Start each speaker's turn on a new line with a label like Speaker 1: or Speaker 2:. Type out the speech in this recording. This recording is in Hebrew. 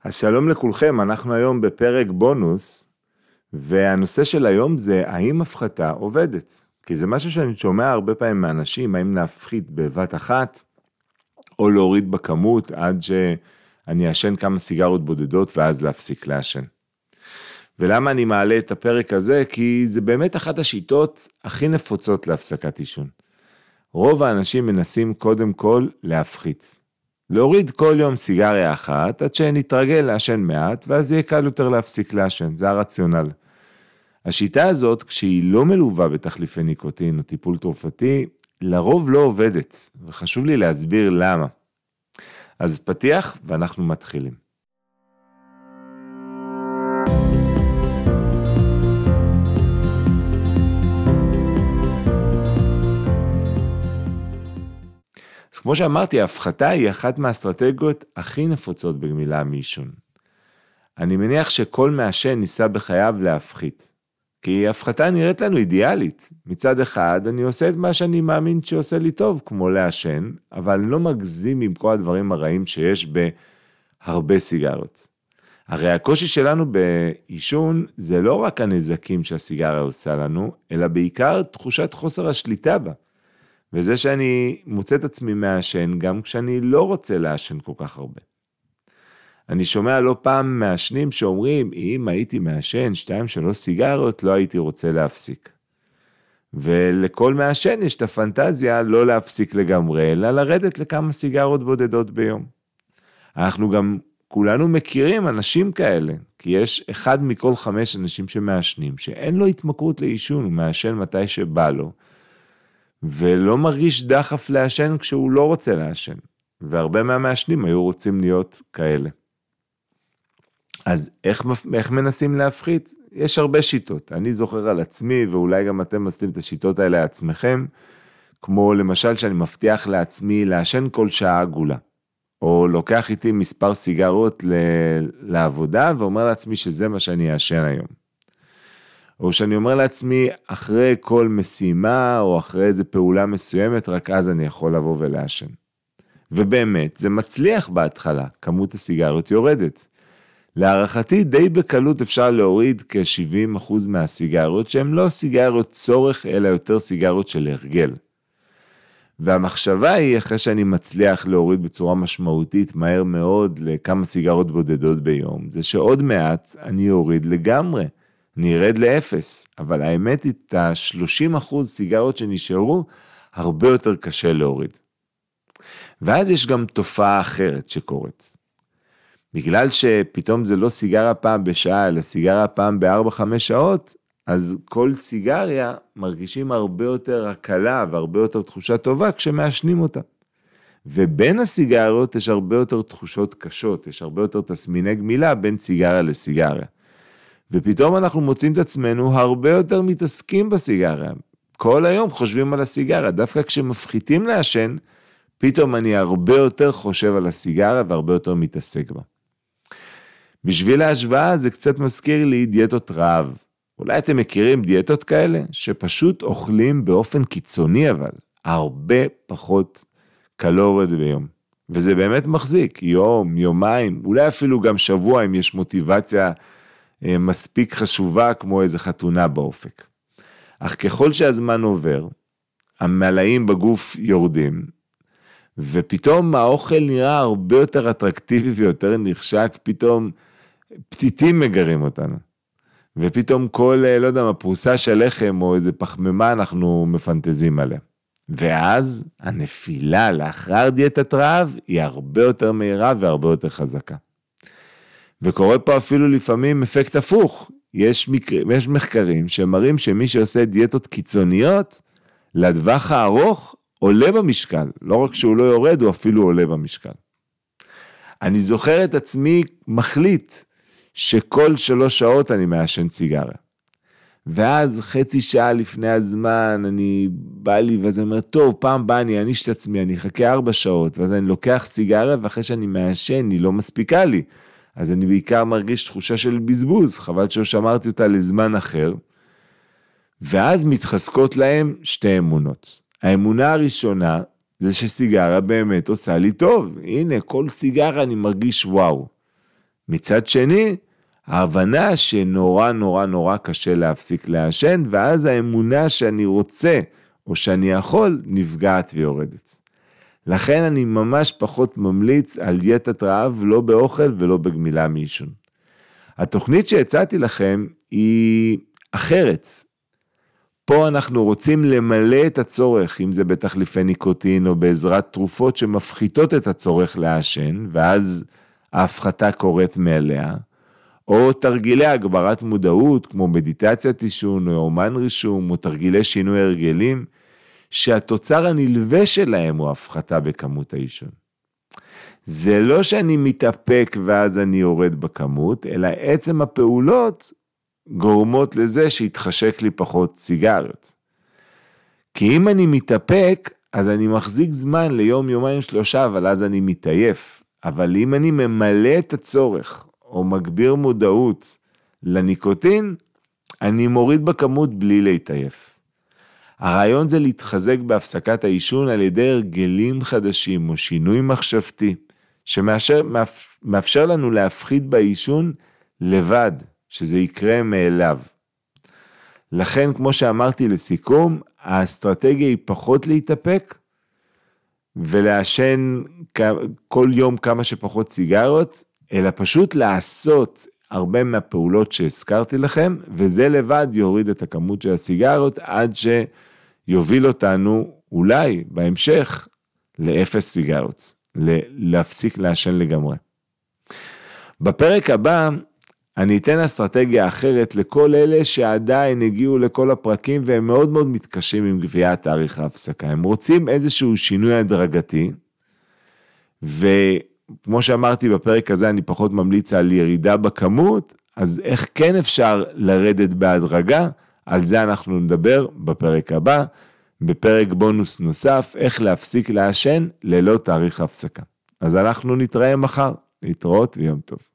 Speaker 1: אז שלום לכולכם, אנחנו היום בפרק בונוס, והנושא של היום זה האם הפחתה עובדת? כי זה משהו שאני שומע הרבה פעמים מאנשים, האם להפחית בבת אחת, או להוריד בכמות עד שאני אשן כמה סיגרות בודדות ואז להפסיק לעשן. ולמה אני מעלה את הפרק הזה? כי זה באמת אחת השיטות הכי נפוצות להפסקת עישון. רוב האנשים מנסים קודם כל להפחית. להוריד כל יום סיגריה אחת, עד שנתרגל לעשן מעט, ואז יהיה קל יותר להפסיק לעשן, זה הרציונל. השיטה הזאת, כשהיא לא מלווה בתחליפי ניקוטין או טיפול תרופתי, לרוב לא עובדת, וחשוב לי להסביר למה. אז פתיח, ואנחנו מתחילים. אז כמו שאמרתי, ההפחתה היא אחת מהאסטרטגיות הכי נפוצות בגמילה מעישון. אני מניח שכל מעשן ניסה בחייו להפחית, כי ההפחתה נראית לנו אידיאלית. מצד אחד, אני עושה את מה שאני מאמין שעושה לי טוב, כמו לעשן, אבל אני לא מגזים עם כל הדברים הרעים שיש בהרבה סיגרות. הרי הקושי שלנו בעישון זה לא רק הנזקים שהסיגריה עושה לנו, אלא בעיקר תחושת חוסר השליטה בה. וזה שאני מוצא את עצמי מעשן גם כשאני לא רוצה לעשן כל כך הרבה. אני שומע לא פעם מעשנים שאומרים, אם הייתי מעשן 2-3 סיגרות, לא הייתי רוצה להפסיק. ולכל מעשן יש את הפנטזיה לא להפסיק לגמרי, אלא לרדת לכמה סיגרות בודדות ביום. אנחנו גם כולנו מכירים אנשים כאלה, כי יש 1 מכל 5 אנשים שמעשנים, שאין לו התמכרות לעישון, הוא מעשן מתי שבא לו, ולא מרגיש דחף לעשן כשהוא לא רוצה לעשן. והרבה מהמעשנים היו רוצים להיות כאלה. אז איך מנסים להפחית? יש הרבה שיטות. אני זוכר על עצמי, ואולי גם אתם מסתים את השיטות האלה לעצמכם, כמו למשל שאני מבטיח לעצמי לעשן כל שעה עגולה. או לוקח איתי מספר סיגרות לעבודה, ואומר לעצמי שזה מה שאני אעשן היום. או שאני אומר לעצמי, אחרי כל משימה, או אחרי איזו פעולה מסוימת, רק אז אני יכול לבוא ולעשן. ובאמת, זה מצליח בהתחלה, כמות הסיגריות יורדת. להערכתי, די בקלות אפשר להוריד כ-70% מהסיגריות, שהן לא סיגריות צורך, אלא יותר סיגריות של הרגל. והמחשבה היא, אחרי שאני מצליח להוריד בצורה משמעותית, מהר מאוד, לכמה סיגרות בודדות ביום, זה שעוד מעט אני אוריד לגמרי. אני ארד לאפס, אבל האמת היא, את ה-30% סיגרות שנשארו, הרבה יותר קשה להוריד. ואז יש גם תופעה אחרת שקורית. בגלל שפתאום זה לא סיגרה פעם בשעה, אלא סיגרה פעם ב4-5 שעות, אז כל סיגריה מרגישים הרבה יותר הקלה והרבה יותר תחושה טובה כשמעשנים אותה. ובין הסיגרות יש הרבה יותר תחושות קשות, יש הרבה יותר תסמיני גמילה בין סיגריה לסיגריה. ופתאום אנחנו מוצאים את עצמנו הרבה יותר מתעסקים בסיגריה. כל היום חושבים על הסיגריה, דווקא כשמפחיתים לעשן, פתאום אני הרבה יותר חושב על הסיגריה והרבה יותר מתעסק בה. בשביל ההשוואה זה קצת מזכיר לי דיאטות רעב. אולי אתם מכירים דיאטות כאלה שפשוט אוכלים באופן קיצוני אבל, הרבה פחות קלוריות ביום. וזה באמת מחזיק, יום, יומיים, אולי אפילו גם שבוע אם יש מוטיבציה מספיק חשובה כמו איזו חתונה באופק. אך ככל שהזמן עובר, המלאים בגוף יורדים, ופתאום האוכל נראה הרבה יותר אטרקטיבי ויותר נחשק, פתאום פתיתים מגרים אותנו. ופתאום כל, לא יודע, פרוסה של לחם או איזה פחמימה אנחנו מפנטזים עליה. ואז הנפילה לאחר דיאטת רעב היא הרבה יותר מהירה והרבה יותר חזקה. וקורה פה אפילו לפעמים אפקט הפוך. יש מחקרים שמראים שמי שעושה דיאטות קיצוניות, לדווח הארוך עולה במשקל. לא רק שהוא לא יורד, הוא אפילו עולה במשקל. אני זוכר את עצמי מחליט שכל 3 שעות אני מעשן סיגריה. ואז חצי שעה לפני הזמן, אני בא לי ואז אני אומר, טוב, פעם באה אני אעניש את עצמי, אני אחכה 4 שעות, ואז אני לוקח סיגריה, ואחרי שאני מעשן, היא לא מספיקה לי. אז אני בעיקר מרגיש תחושה של בזבוז, חבל ששמרתי אותה לזמן אחר. ואז מתחזקות להם 2 אמונות. האמונה הראשונה, זה שסיגריה באמת עושה לי טוב. הנה, כל סיגריה אני מרגיש וואו. מצד שני, ההבנה שנורא נורא נורא קשה להפסיק לעשן, ואז האמונה שאני רוצה או שאני יכול נפגעת ויורדת. לכן אני ממש פחות ממליץ על דיאטת רעב, לא באוכל ולא בגמילה מעישון. התוכנית שהצעתי לכם היא אחרת. פה אנחנו רוצים למלא את הצורך, אם זה בתחליפי ניקוטין או בעזרת תרופות שמפחיתות את הצורך לעשן, ואז ההפחתה קורית מעליה, או תרגילי הגברת מודעות, כמו מדיטציית עישון או אומן רישום, או תרגילי שינוי הרגלים, שהתוצר הנלווה שלהם הוא הפחתה בכמות העישון. זה לא שאני מתאפק ואז אני יורד בכמות, אלא עצם הפעולות גורמות לזה שיתחשק לי פחות סיגריות. כי אם אני מתאפק, אז אני מחזיק זמן ליום, יומיים, 3, אבל אז אני מתעייף. אבל אם אני ממלא את הצורך, או מגביר מודעות לניקוטין, אני מוריד בכמות בלי להתעייף. הרעיון זה להתחזק בהפסקת העישון על ידי הרגלים חדשים, או שינוי מחשבתי, שמאפשר לנו להפחית בעישון לבד, שזה יקרה מאליו. לכן, כמו שאמרתי לסיכום, האסטרטגיה היא פחות להתאפק, ולעשן כל יום כמה שפחות סיגרות, אלא פשוט לעשות הרבה מהפעולות שהזכרתי לכם, וזה לבד יוריד את הכמות של הסיגרות, עד שיוביל אותנו אולי בהמשך ל0 סיגרות, להפסיק לעשן לגמרי. בפרק הבא, אני אתן אסטרטגיה אחרת לכל אלה שעדיין הגיעו לכל הפרקים, והם מאוד מאוד מתקשים עם גביית תאריך ההפסקה. הם רוצים איזשהו שינוי הדרגתי, וכמו שאמרתי בפרק הזה, אני פחות ממליץ על ירידה בכמות, אז איך כן אפשר לרדת בהדרגה? על זה אנחנו נדבר בפרק הבא, בפרק בונוס נוסף, איך להפסיק לעשן ללא תאריך ההפסקה. אז אנחנו נתראה מחר, להתראות ויום טוב.